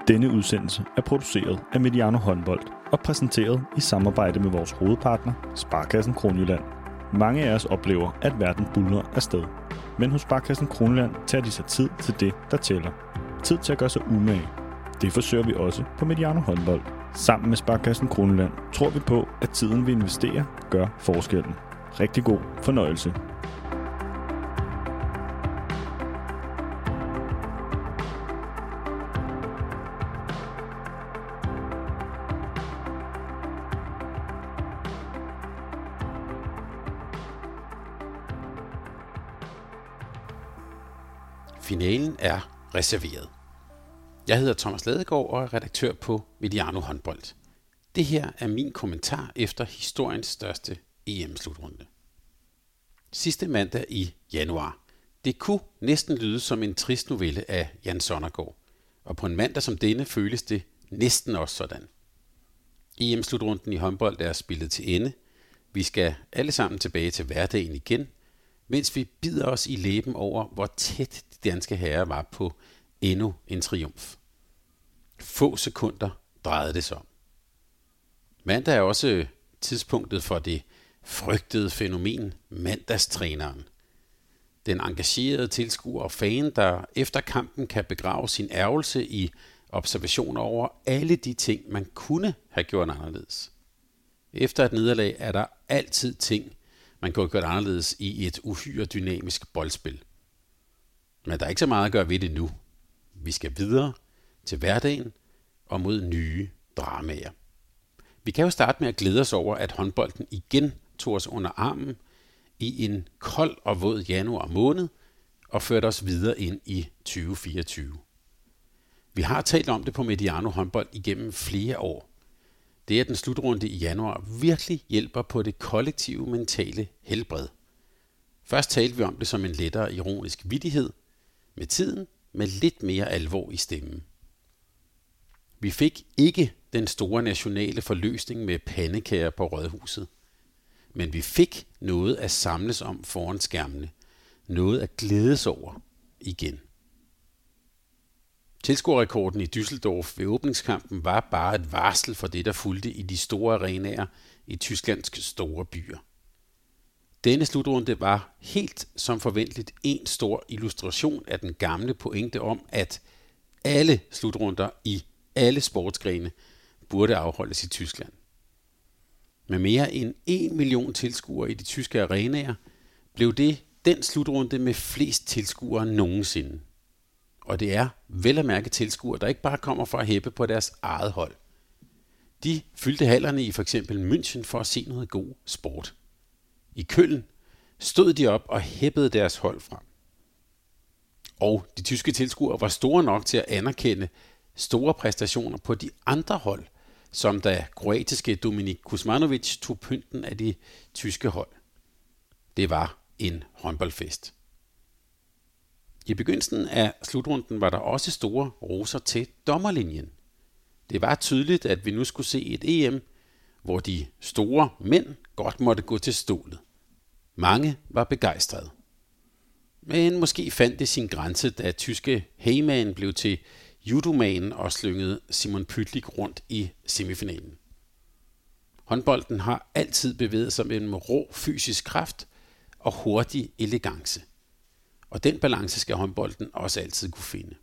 Denne udsendelse er produceret af Mediano Håndbold og præsenteret i samarbejde med vores hovedpartner, Sparekassen Kronjylland. Mange af os oplever, at verden buldrer afsted. Men hos Sparekassen Kronjylland tager de sig tid til det, der tæller. Tid til at gøre sig umage. Det forsøger vi også på Mediano Håndbold. Sammen med Sparekassen Kronjylland tror vi på, at tiden vi investerer gør forskellen. Rigtig god fornøjelse. Finalen er reserveret. Jeg hedder Thomas Ladegaard og er redaktør på Mediano Håndbold. Det her er min kommentar efter historiens største EM-slutrunde. Sidste mandag i januar. Det kunne næsten lyde som en trist novelle af Jan Sonnergaard. Og på en mandag som denne føles det næsten også sådan. EM-slutrunden i håndbold er spillet til ende. Vi skal alle sammen tilbage til hverdagen igen, mens vi bider os i læben over, hvor tæt de danske herrer var på endnu en triumf. Få sekunder drejede det sig om. Mandag er også tidspunktet for det frygtede fænomen mandagstræneren. Den engagerede tilskuer og fan, der efter kampen kan begrave sin ærgelse i observationer over alle de ting, man kunne have gjort anderledes. Efter et nederlag er der altid ting, man kunne have gjort anderledes i et uhyre dynamisk boldspil. Men der er ikke så meget at gøre ved det nu. Vi skal videre til hverdagen og mod nye dramaer. Vi kan jo starte med at glæde os over, at håndbolden igen tog os under armen i en kold og våd januar måned og førte os videre ind i 2024. Vi har talt om det på Mediano Håndbold igennem flere år. Det er, at den slutrunde i januar virkelig hjælper på det kollektive mentale helbred. Først talte vi om det som en lettere ironisk vittighed, med tiden med lidt mere alvor i stemmen. Vi fik ikke den store nationale forløsning med pandekager på Rådhuset, men vi fik noget at samles om foran skærmene, noget at glædes over igen. Tilskuerrekorden i Düsseldorf ved åbningskampen var bare et varsel for det, der fulgte i de store arenaer i Tysklands store byer. Denne slutrunde var helt som forventeligt en stor illustration af den gamle pointe om, at alle slutrunder i alle sportsgrene burde afholdes i Tyskland. Med mere end 1 million tilskuere i de tyske arenaer blev det den slutrunde med flest tilskuere nogensinde. Og det er vel at mærke tilskuere, der ikke bare kommer for at hæppe på deres eget hold. De fyldte hallerne i for eksempel München for at se noget god sport. I Köln stod de op og hæppede deres hold frem. Og de tyske tilskuere var store nok til at anerkende store præstationer på de andre hold, som da kroatiske Dominik Kuzmanovic tog pynten af de tyske hold. Det var en håndboldfest. I begyndelsen af slutrunden var der også store roser til dommerlinjen. Det var tydeligt, at vi nu skulle se et EM, hvor de store mænd godt måtte gå til stålet. Mange var begejstrede. Men måske fandt det sin grænse, da tyske Heyman blev til judomanen og slyngede Simon Pytlik rundt i semifinalen. Håndbolden har altid bevæget sig mellem rå fysisk kraft og hurtig elegance. Og den balance skal håndbolden også altid kunne finde.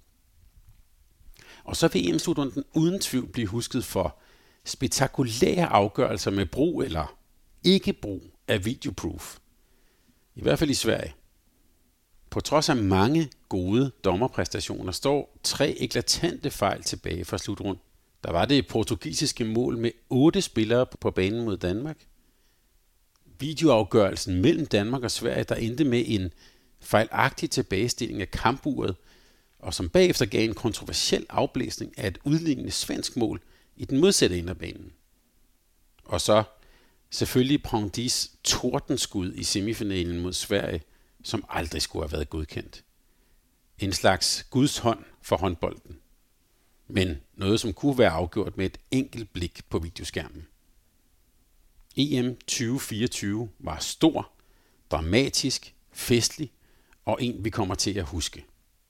Og så vil EM-slutrunden uden tvivl blive husket for spektakulære afgørelser med brug eller ikke brug af videoproof. I hvert fald i Sverige. På trods af mange gode dommerpræstationer står 3 eklatante fejl tilbage fra slutrunden. Der var det portugisiske mål med 8 spillere på banen mod Danmark. Videoafgørelsen mellem Danmark og Sverige, der endte med en fejlagtig tilbagestilling af kampuret, og som bagefter gav en kontroversiel afblæsning af et udlignende svensk mål i den modsatte ende af banen. Og så selvfølgelig Brandis tordenskud i semifinalen mod Sverige, som aldrig skulle have været godkendt. En slags Guds hånd for håndbolden. Men noget, som kunne være afgjort med et enkelt blik på videoskærmen. EM 2024 var stor, dramatisk, festlig og en, vi kommer til at huske.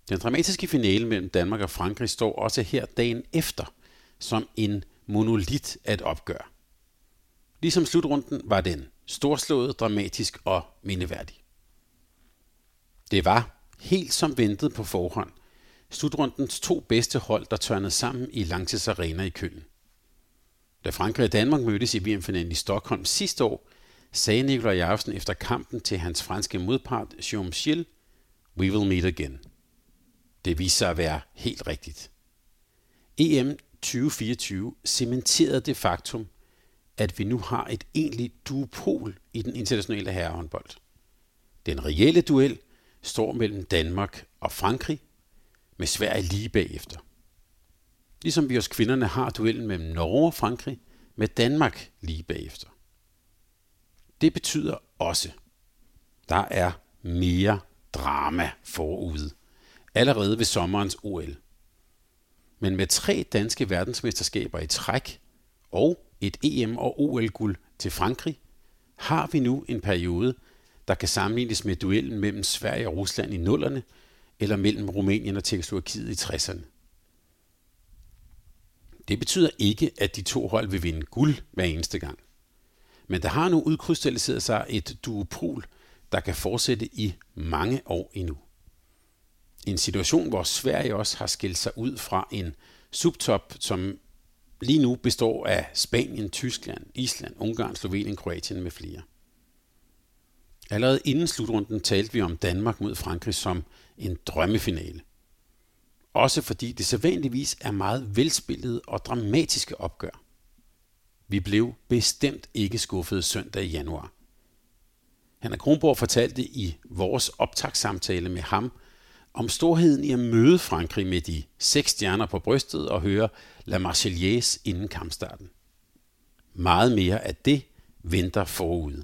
Den dramatiske finale mellem Danmark og Frankrig står også her dagen efter som en monolit at opgøre. Ligesom slutrunden var den storslået, dramatisk og mindeværdig. Det var, helt som ventet på forhånd, slutrundens 2 bedste hold, der tørnede sammen i Lanxess Arena i Köln. Da Frankrig og Danmark mødtes i VM-finalen i Stockholm sidste år, sagde Nikolaj Jacobsen efter kampen til hans franske modpart Jérôme Gilles, "We will meet again." Det viste sig at være helt rigtigt. EM 2024 cementerede det faktum, at vi nu har et egentligt duopol i den internationale herrehåndbold. Den reelle duel står mellem Danmark og Frankrig, med Sverige lige bagefter. Ligesom vi hos kvinderne har duellen mellem Norge og Frankrig, med Danmark lige bagefter. Det betyder også, der er mere drama forude, allerede ved sommerens OL. Men med 3 danske verdensmesterskaber i træk og et EM- og OL-guld til Frankrig, har vi nu en periode, der kan sammenlignes med duellen mellem Sverige og Rusland i 00'erne, eller mellem Rumænien og Tjekkoslovakiet i 60'erne. Det betyder ikke, at de 2 hold vil vinde guld hver eneste gang. Men der har nu udkrystalliseret sig et duopol, der kan fortsætte i mange år endnu. En situation, hvor Sverige også har skilt sig ud fra en subtop, som lige nu består af Spanien, Tyskland, Island, Ungarn, Slovenien, Kroatien med flere. Allerede inden slutrunden talte vi om Danmark mod Frankrig som en drømmefinale. Også fordi det sædvanligvis er meget velspillede og dramatiske opgør. Vi blev bestemt ikke skuffede søndag i januar. Hanna Kronborg fortalte i vores optagssamtale med ham om storheden i at møde Frankrig med de 6 stjerner på brystet og høre La Marseillaise inden kampstarten. Meget mere af det venter forude.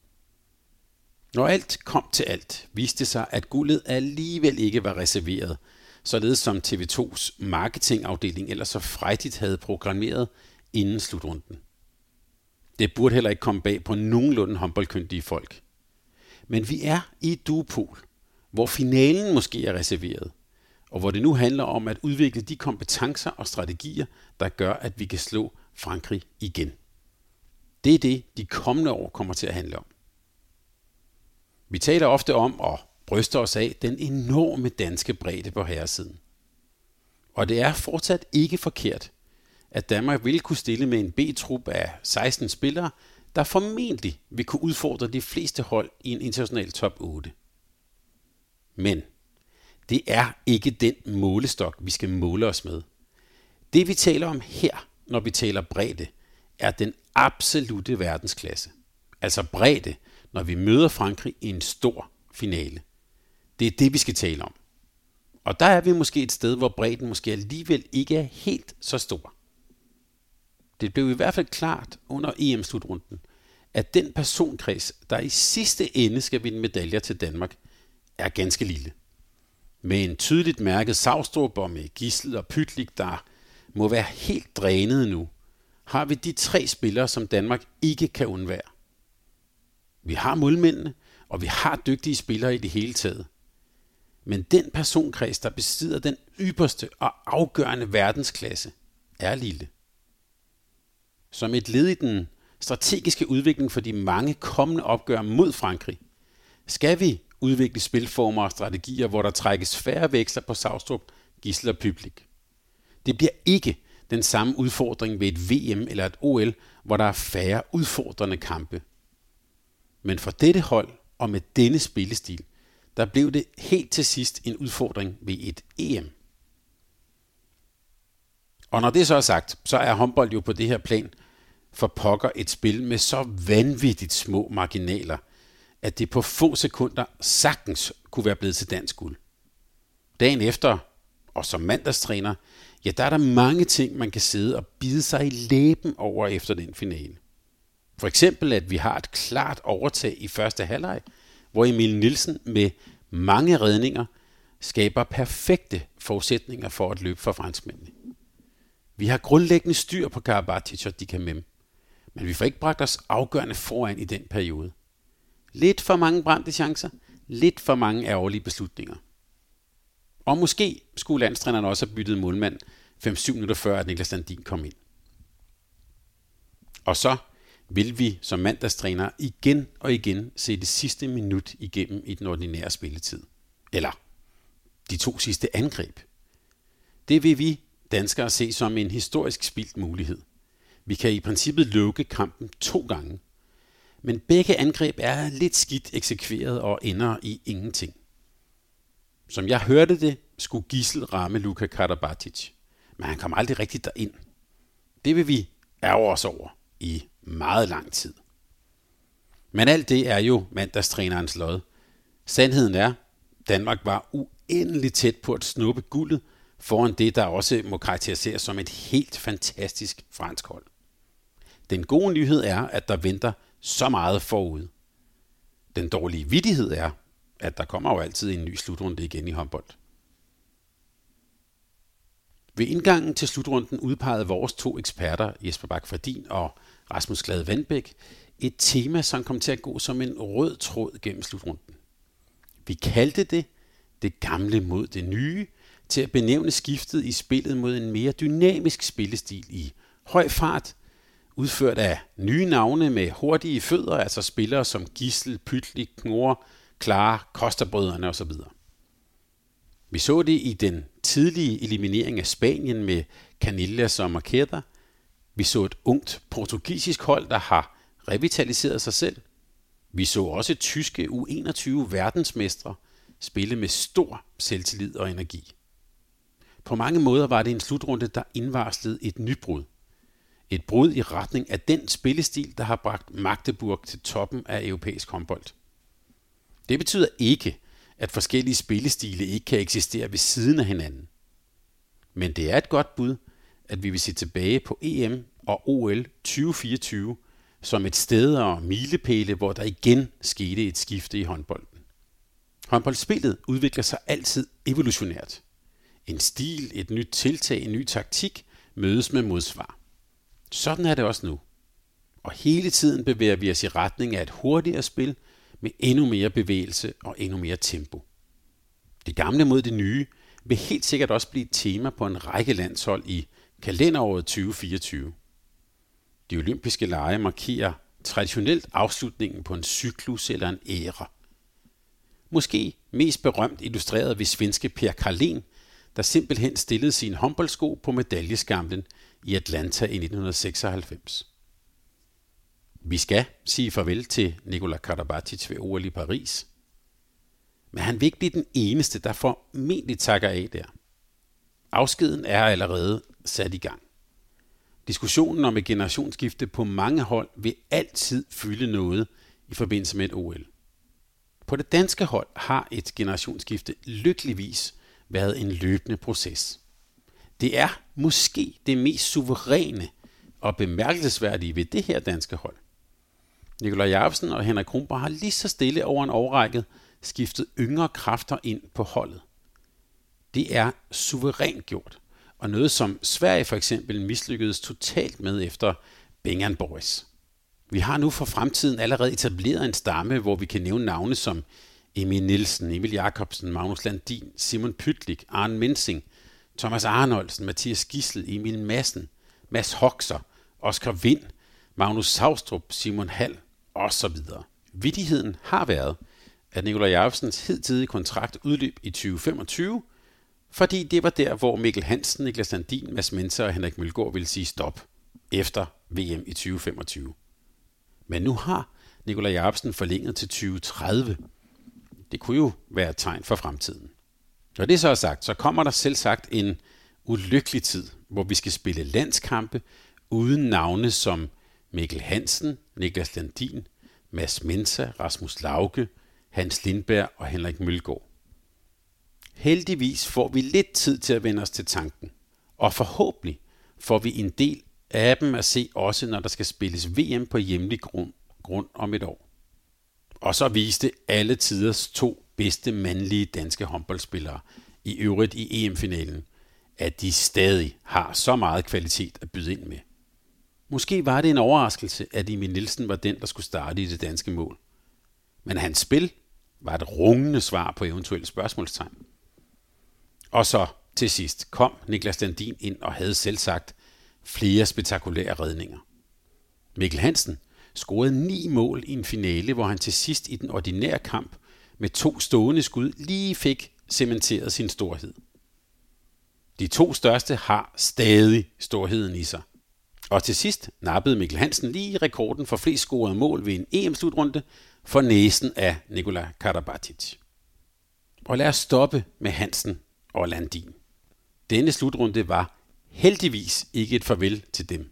Når alt kom til alt, viste det sig, at guldet alligevel ikke var reserveret, således som TV2's marketingafdeling ellers så frejdigt havde programmeret inden slutrunden. Det burde heller ikke komme bag på nogenlunde håndboldkyndige folk. Men vi er i et duopol, hvor finalen måske er reserveret, og hvor det nu handler om at udvikle de kompetencer og strategier, der gør, at vi kan slå Frankrig igen. Det er det, de kommende år kommer til at handle om. Vi taler ofte om og bryster os af den enorme danske bredde på herresiden. Og det er fortsat ikke forkert, at Danmark vil kunne stille med en B-trup af 16 spillere, der formentlig vil kunne udfordre de fleste hold i en international top 8. Men det er ikke den målestok, vi skal måle os med. Det vi taler om her, når vi taler bredde, er den absolute verdensklasse. Altså bredde, når vi møder Frankrig i en stor finale. Det er det, vi skal tale om. Og der er vi måske et sted, hvor bredden måske alligevel ikke er helt så stor. Det blev i hvert fald klart under EM-slutrunden, at den personkreds, der i sidste ende skal vinde medaljer til Danmark, er ganske lille. Med en tydeligt mærket Savstrup og med Gisle og Pytlik, der må være helt drænede nu, har vi de 3 spillere, som Danmark ikke kan undvære. Vi har målmændene, og vi har dygtige spillere i det hele taget. Men den personkreds, der besidder den ypperste og afgørende verdensklasse, er lille. Som et led i den strategiske udvikling for de mange kommende opgør mod Frankrig, skal vi udvikle spilformer og strategier, hvor der trækkes færre veksler på Savstrup, Gisle og Pytlik. Det bliver ikke den samme udfordring ved et VM eller et OL, hvor der er færre udfordrende kampe. Men for dette hold og med denne spillestil, der blev det helt til sidst en udfordring ved et EM. Og når det så er sagt, så er håndbold jo på det her plan for pokker et spil med så vanvittigt små marginaler, at det på få sekunder sagtens kunne være blevet til dansk guld. Dagen efter, og som mandagstræner, ja, der er der mange ting, man kan sidde og bide sig i læben over efter den finale. For eksempel, at vi har et klart overtag i første halvleg, hvor Emil Nielsen med mange redninger skaber perfekte forudsætninger for at løbe for franskmændene. Vi har grundlæggende styr på Karabatic og Dikamem, men vi får ikke bragt os afgørende foran i den periode. Lidt for mange brændte chancer, lidt for mange ærgerlige beslutninger. Og måske skulle landstræneren også have byttet målmand 5-7 minutter før, at Niklas Landin kom ind. Og så vil vi som mandagstræner igen og igen se det sidste minut igennem i den ordinære spilletid. Eller de 2 sidste angreb. Det vil vi danskere se som en historisk spildt mulighed. Vi kan i princippet lukke kampen 2 gange. Men begge angreb er lidt skidt eksekveret og ender i ingenting. Som jeg hørte det, skulle Gidsel ramme Luka Karabatic, men han kom aldrig rigtigt derind. Det vil vi ærge os over i meget lang tid. Men alt det er jo mandagstrænerens lod. Sandheden er, Danmark var uendelig tæt på at snuppe guldet foran det, der også må karakteriseres som et helt fantastisk fransk hold. Den gode nyhed er, at der venter så meget forud. Den dårlige vittighed er, at der kommer jo altid en ny slutrunde igen i håndbold. Ved indgangen til slutrunden udpegede vores 2 eksperter, Jesper Bak-Fredin og Rasmus Glad Vandbæk, et tema, som kom til at gå som en rød tråd gennem slutrunden. Vi kaldte det gamle mod det nye, til at benævne skiftet i spillet mod en mere dynamisk spillestil i høj fart, udført af nye navne med hurtige fødder, altså spillere som Gidsel, Pytlik, Knorr, Klare, Kosterbrødrene osv. Vi så det i den tidlige eliminering af Spanien med Canillas og Marqueta. Vi så et ungt portugisisk hold, der har revitaliseret sig selv. Vi så også tyske U21 verdensmestre spille med stor selvtillid og energi. På mange måder var det en slutrunde, der indvarslede et nybrud. Et brud i retning af den spillestil, der har bragt Magdeburg til toppen af europæisk håndbold. Det betyder ikke, at forskellige spillestile ikke kan eksistere ved siden af hinanden. Men det er et godt bud, at vi vil se tilbage på EM og OL 2024 som et sted og milepæle, hvor der igen skete et skifte i håndbolden. Håndboldspillet udvikler sig altid evolutionært. En stil, et nyt tiltag, en ny taktik mødes med modsvar. Sådan er det også nu. Og hele tiden bevæger vi os i retning af et hurtigere spil med endnu mere bevægelse og endnu mere tempo. Det gamle mod det nye vil helt sikkert også blive et tema på en række landshold i kalenderåret 2024. De olympiske lege markerer traditionelt afslutningen på en cyklus eller en æra. Måske mest berømt illustreret ved svenske Per Karlén, der simpelthen stillede sine håndboldsko på medaljeskamlen i Atlanta i 1996. Vi skal sige farvel til Nikola Karabatic ved OL i Paris. Men han vil ikke blive den eneste, der formentlig takker af der. Afskeden er allerede sat i gang. Diskussionen om et generationsskifte på mange hold vil altid fylde noget i forbindelse med et OL. På det danske hold har et generationsskifte lykkeligvis været en løbende proces. Det er måske det mest suveræne og bemærkelsesværdige ved det her danske hold. Nikolaj Jacobsen og Henrik Kronborg har lige så stille over en årrække skiftet yngre kræfter ind på holdet. Det er suverænt gjort, og noget som Sverige for eksempel mislykkedes totalt med efter Bengan Boys. Vi har nu for fremtiden allerede etableret en stamme, hvor vi kan nævne navne som Emil Nielsen, Emil Jacobsen, Magnus Landin, Simon Pytlik, Arne Mensing, Thomas Arnoldsen, Mathias Gidsel, Emil Madsen, Mads Hoxer, Oscar Vind, Magnus Saustrup, Simon Hall osv. Vittigheden har været, at Nikolaj Jacobsens hidtidige kontrakt udløb i 2025, fordi det var der, hvor Mikkel Hansen, Niklas Landin, Mads Menser og Henrik Mølgaard ville sige stop efter VM i 2025. Men nu har Nikolaj Jacobsen forlænget til 2030. Det kunne jo være et tegn for fremtiden. Når det så er sagt, så kommer der selv sagt en ulykkelig tid, hvor vi skal spille landskampe uden navne som Mikkel Hansen, Niklas Landin, Mads Mensa, Rasmus Lauke, Hans Lindberg og Henrik Mølgaard. Heldigvis får vi lidt tid til at vende os til tanken, og forhåbentlig får vi en del af dem at se også, når der skal spilles VM på hjemlig grund om et år. Og så viste alle tiders 2 bedste mandlige danske håndboldspillere i øvrigt i EM-finalen, at de stadig har så meget kvalitet at byde ind med. Måske var det en overraskelse, at Emil Nielsen var den, der skulle starte i det danske mål. Men hans spil var et rungende svar på eventuelle spørgsmålstegn. Og så til sidst kom Niklas Landin ind og havde selvsagt flere spektakulære redninger. Mikkel Hansen scorede 9 mål i en finale, hvor han til sidst i den ordinære kamp med 2 stående skud lige fik cementeret sin storhed. De 2 største har stadig storheden i sig. Og til sidst nappede Mikkel Hansen lige rekorden for flest scorede mål ved en EM-slutrunde for næsen af Nikola Karabatic. Og lad os stoppe med Hansen og Landin. Denne slutrunde var heldigvis ikke et farvel til dem.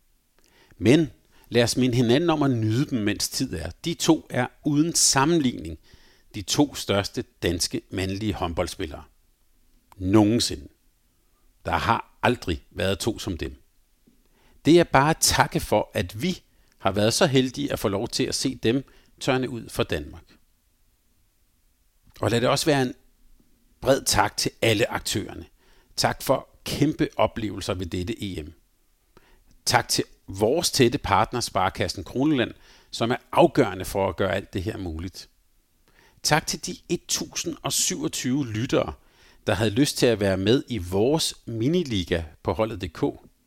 Men lad os minde hinanden om at nyde dem, mens tid er. De 2 er uden sammenligning de 2 største danske mandlige håndboldspillere. Nogensinde. Der har aldrig været 2 som dem. Det er bare at takke for, at vi har været så heldige at få lov til at se dem tørne ud for Danmark. Og lad det også være en bred tak til alle aktørerne. Tak for kæmpe oplevelser ved dette EM. Tak til vores tætte partner Sparekassen Kronjylland, som er afgørende for at gøre alt det her muligt. Tak til de 1027 lyttere, der havde lyst til at være med i vores miniliga på holdet.dk.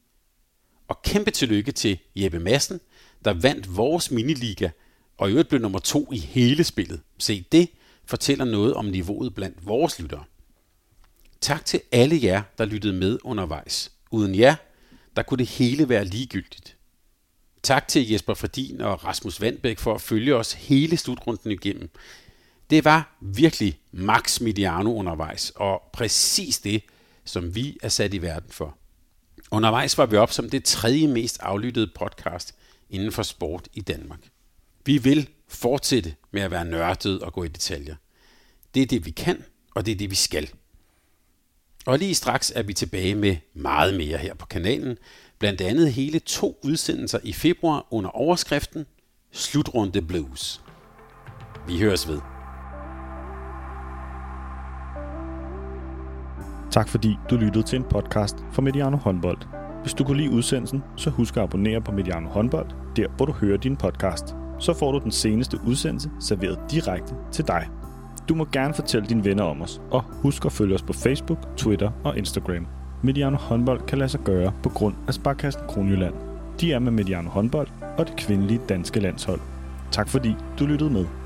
Og kæmpe tillykke til Jeppe Madsen, der vandt vores miniliga og i øvrigt blev nummer 2 i hele spillet. Se, det fortæller noget om niveauet blandt vores lyttere. Tak til alle jer, der lyttede med undervejs. Uden jer, der kunne det hele være ligegyldigt. Tak til Jesper Fredin og Rasmus Vandbæk for at følge os hele slutrunden igennem. Det var virkelig Max Mediano undervejs, og præcis det, som vi er sat i verden for. Undervejs var vi op som det 3. mest aflyttede podcast inden for sport i Danmark. Vi vil fortsætte med at være nørdede og gå i detaljer. Det er det, vi kan, og det er det, vi skal. Og lige straks er vi tilbage med meget mere her på kanalen. Blandt andet hele 2 udsendelser i februar under overskriften Slutrunde Blues. Vi høres ved. Tak fordi du lyttede til en podcast fra Mediano Håndbold. Hvis du kunne lide udsendelsen, så husk at abonnere på Mediano Håndbold, der hvor du hører din podcast. Så får du den seneste udsendelse serveret direkte til dig. Du må gerne fortælle dine venner om os, og husk at følge os på Facebook, Twitter og Instagram. Mediano Håndbold kan lade sig gøre på grund af Sparekassen Kronjylland. De er med Mediano Håndbold og det kvindelige danske landshold. Tak fordi du lyttede med.